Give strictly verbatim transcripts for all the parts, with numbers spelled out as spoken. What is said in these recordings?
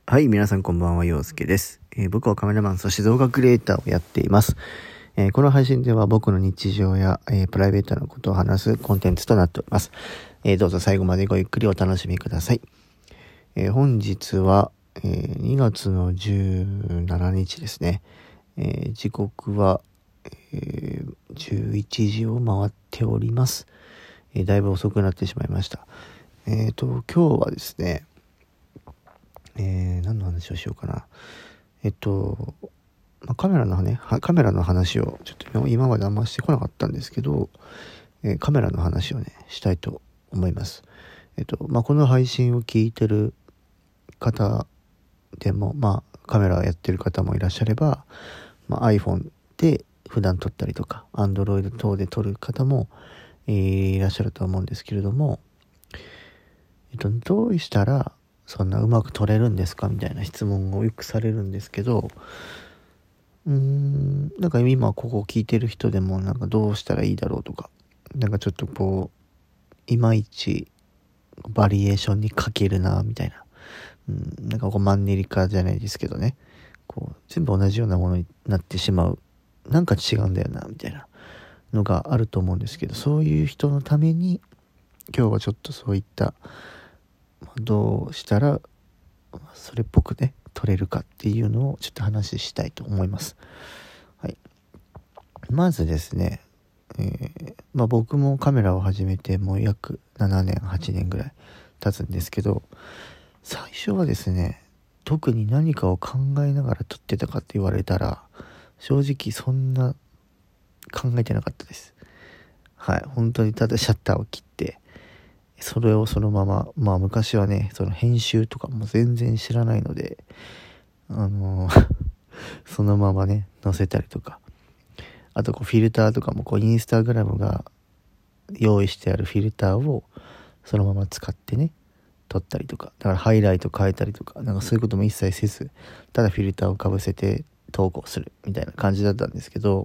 はい、皆さんこんばんは、陽介です。えー僕はカメラマン、そして動画クリエイターをやっています。えーこの配信では僕の日常や、えープライベートなことを話すコンテンツとなっております。えーどうぞ最後までごゆっくりお楽しみください。えー本日は、えーにがつのじゅうしちにちですね。えー時刻は、えーじゅういちじを回っております。えーだいぶ遅くなってしまいました。えっと、今日はですね、えー、何の話をしようかな。えっと、まあ、カメラのね、カメラの話をちょっと今まであんましてこなかったんですけど、えーカメラの話をね、したいと思います。えっと、まあ、この配信を聞いてる方でも、まあ、カメラやってる方もいらっしゃれば、まあ、iPhone で普段撮ったりとか、Android 等で撮る方も、えーいらっしゃると思うんですけれども、えっと、どうしたらそんなうまく撮れるんですかみたいな質問をよくされるんですけど、うーん、なんか今ここ聞いてる人でもなんかどうしたらいいだろうとか、なんかちょっとこう、いまいちバリエーションに欠けるな、みたいな。うん、なんかこうマンネリ化じゃないですけどね。こう、全部同じようなものになってしまう。なんか違うんだよな、みたいなのがあると思うんですけど、そういう人のために、今日はちょっとそういったどうしたらそれっぽくね撮れるかっていうのをちょっと話したいと思います。はい、まずですね、えーまあ、僕もカメラを始めてもう約ななねんはちねんぐらい経つんですけど、最初はですね特に何かを考えながら撮ってたかって言われたら正直そんな考えてなかったです。はい、本当にただシャッターを切ってそれをそのまま、まあ昔はね、その編集とかも全然知らないので、あのーそのままね、載せたりとか、あとこうフィルターとかもこうインスタグラムが用意してあるフィルターをそのまま使ってね、撮ったりとか、だからハイライト変えたりとか、なんかそういうことも一切せず、ただフィルターをかぶせて投稿するみたいな感じだったんですけど、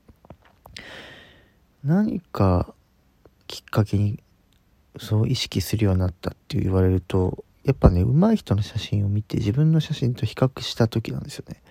何かきっかけにそう意識するようになったって言われると、やっぱね上手い人の写真を見て自分の写真と比較した時なんですよね。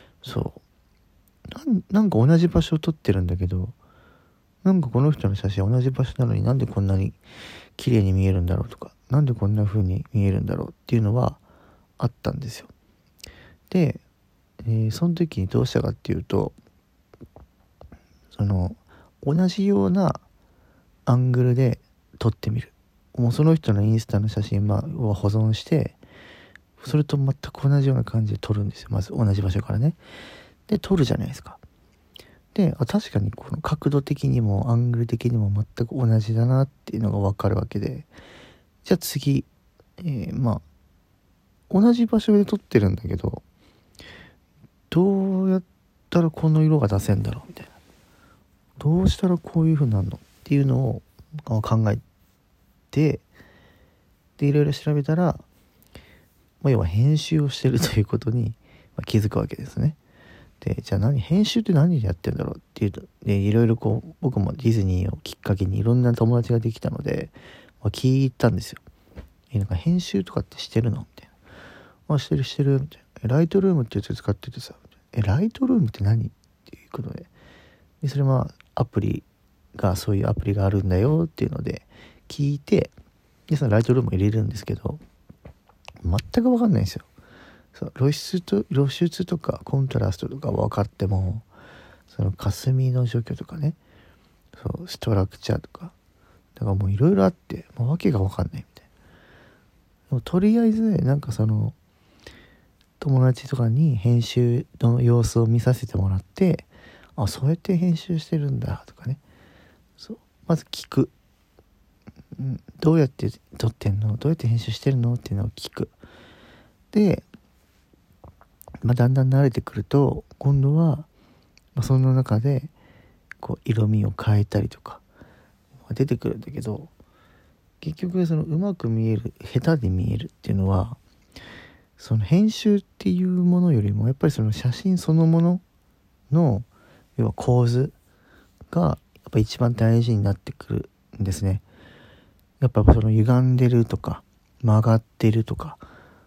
そうなんなんか同じ場所を撮ってるんだけど、なんかこの人の写真同じ場所なのになんでこんなに綺麗に見えるんだろうとか、なんでこんな風に見えるんだろうっていうのはあったんですよ。で、えーその時にどうしたかっていうと、その同じようなアングルで撮ってみる。もうその人のインスタの写真を保存して、それと全く同じような感じで撮るんですよ。まず同じ場所からね。で、撮るじゃないですか。で、あ、確かにこの角度的にもアングル的にも全く同じだなっていうのが分かるわけで、じゃあ次、えー、まあ、同じ場所で撮ってるんだけど、どうやったらこの色が出せんだろうみたいな。どうしたらこういう風になるのっていうのを考えて、で、いろいろ調べたら、まあ、要は編集をしてるということに気づくわけですね。で、じゃあ何編集って何でやってんだろうっていうと、でいろいろこう僕もディズニーをきっかけにいろんな友達ができたので、まあ、聞いたんですよ。えなんか編集とかってしてるのみたいな。あ、してるしてるみたいな。ライトルームってやつ使っててさ、えライトルームって何っていうことで、でそれはアプリがそういうアプリがあるんだよっていうので聞いて、でそのライトルームを入れるんですけど、全く分かんないんですよ。そう露出と露出とかコントラストとか分かっても、その霞の除去とかね、そうストラクチャーとか、だからもういろいろあって、もう訳が分かんないみたいな。でもとりあえずなんかその友達とかに編集の様子を見させてもらって、あ、そうやって編集してるんだとかね、そうまず聞く、うん、どうやって撮ってんの、どうやって編集してるのっていうのを聞く。で、まあ、だんだん慣れてくると今度は、まあ、その中でこう色味を変えたりとか出てくるんだけど、結局そのうまく見える下手で見えるっていうのは、その編集っていうものよりもやっぱりその写真そのものの要は構図がやっぱ一番大事になってくるんですね。やっぱその歪んでるとか曲がってるとか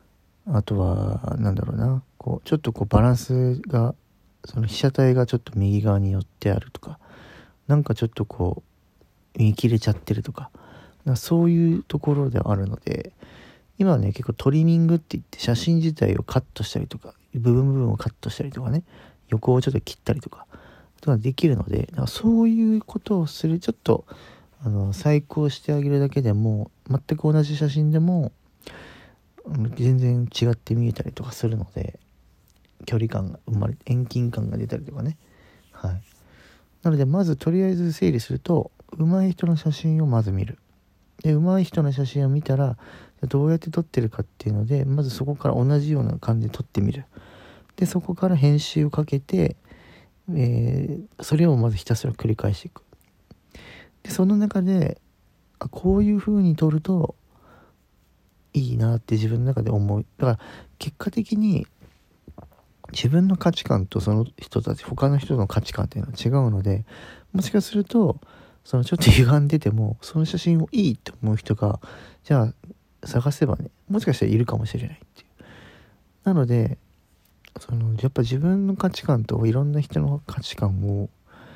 あとはなんだろうな、こうちょっとこうバランスが、その被写体がちょっと右側に寄ってあるとか、なんかちょっとこう見切れちゃってるとか、なんかそういうところではあるので、今はね結構トリミングって言って写真自体をカットしたりとか、部分部分をカットしたりとかね、横をちょっと切ったりとかとかできるので、なんかそういうことをする、ちょっとあの再考してあげるだけでも、全く同じ写真でも全然違って見えたりとかするので、距離感が生まれ、遠近感が出たりとかね。はい。なのでまずとりあえず整理すると、上手い人の写真をまず見る。で、上手い人の写真を見たらどうやって撮ってるかっていうので、まずそこから同じような感じで撮ってみる。で、そこから編集をかけて、えー、それをまずひたすら繰り返していく。で、その中で、あ、こういう風に撮るといいなって自分の中で思う。だから結果的に自分の価値観とその人たち、他の人の価値観っていうのは違うので、もしかするとそのちょっと歪んでてもその写真をいいって思う人が、じゃあ探せばね、もしかしたらいるかもしれないっていう。なのでそのやっぱ自分の価値観といろんな人の価値観を、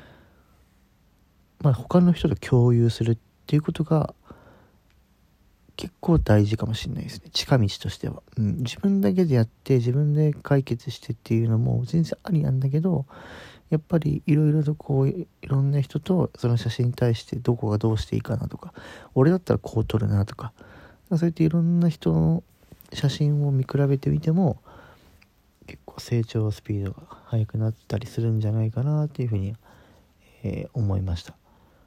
まあ、他の人と共有するっていうことが結構大事かもしれないですね、近道としては。うん、自分だけでやって自分で解決してっていうのも全然ありなんだけど、やっぱりいろいろとこういろんな人とその写真に対してどこがどうしていいかなとか、俺だったらこう撮るなとか、そうやっていろんな人の写真を見比べてみても結構成長スピードが速くなったりするんじゃないかなっていうふうに、えー、思いました。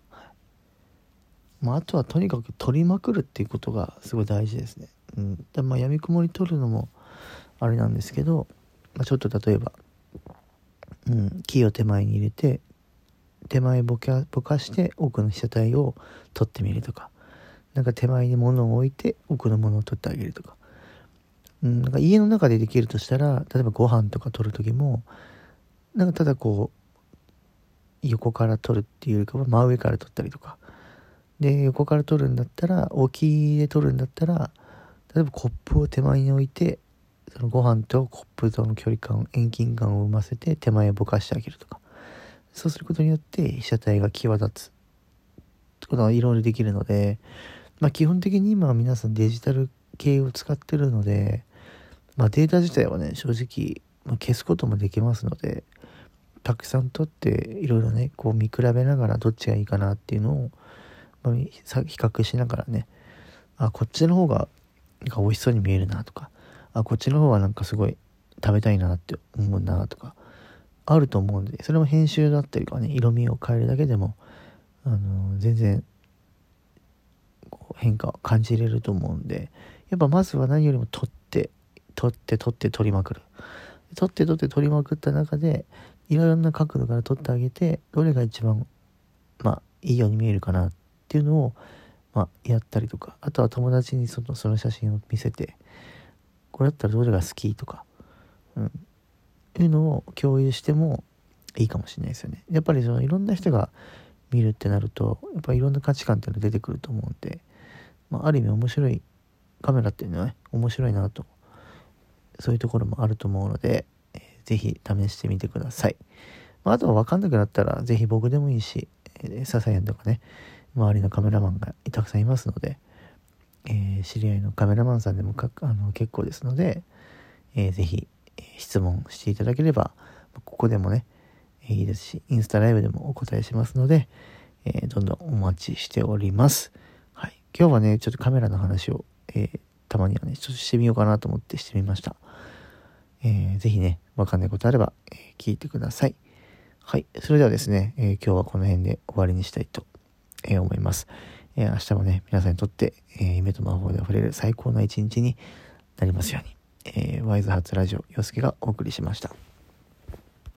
まあ、あとはとにかく撮りまくるっていうことがすごい大事ですね。うん、でまあやみくもり撮るのもあれなんですけど、まあ、ちょっと例えば、うん、木を手前に入れて手前ぼかぼかして奥の被写体を撮ってみるとか、なんか手前に物を置いて奥の物を撮ってあげるとか、うん、なんか家の中でできるとしたら、例えばご飯とか撮る時もなんかただこう横から撮るっていうよりかは真上から撮ったりとかで、横から撮るんだったら、沖で撮るんだったら、例えばコップを手前に置いて、そのご飯とコップとの距離感、遠近感を生ませて手前をぼかしてあげるとか、そうすることによって被写体が際立つってことがいろいろできるので、まあ基本的に今は皆さんデジタル系を使ってるので、まあデータ自体はね、正直、まあ、消すこともできますので、たくさん撮っていろいろね、こう見比べながらどっちがいいかなっていうのを、まあ、比較しながらね、あ、こっちの方がなんか美味しそうに見えるなとか、あ、こっちの方はなんかすごい食べたいなって思うなとかあると思うんで、それも編集だったりとかね、色味を変えるだけでもあのー、全然こう変化を感じれると思うんで、やっぱまずは何よりも撮って撮って撮って撮りまくる、撮って撮って撮りまくった中でいろいろな角度から撮ってあげて、どれが一番まあいいように見えるかなっていうのを、まあ、やったりとか、あとは友達にその、その写真を見せて、これだったらどれが好きとか、うん、いうのを共有してもいいかもしれないですよね。やっぱりそのいろんな人が見るってなると、やっぱりいろんな価値観っていうのが出てくると思うんで、まあ、ある意味面白いカメラっていうのはね、面白いなと、そういうところもあると思うので、えー、ぜひ試してみてください。まあ、あとは分かんなくなったらぜひ僕でもいいし、えー、ササヤンとかね、周りのカメラマンがたくさんいますので、えー、知り合いのカメラマンさんでもかあの結構ですので、えー、ぜひ、えー、質問していただければ、ここでもね、えー、いいですし、インスタライブでもお答えしますので、えー、どんどんお待ちしております。はい、今日はねちょっとカメラの話を、えー、たまにはねちょっとしてみようかなと思ってしてみました。えー、ぜひねわかんないことあれば、えー、聞いてください。はい、それではですね、えー、今日はこの辺で終わりにしたいとえー、思います。えー、明日もね皆さんにとって、えー、夢と魔法であふれる最高な一日になりますように。えー、ワイズハーツラジオ陽介がお送りしました。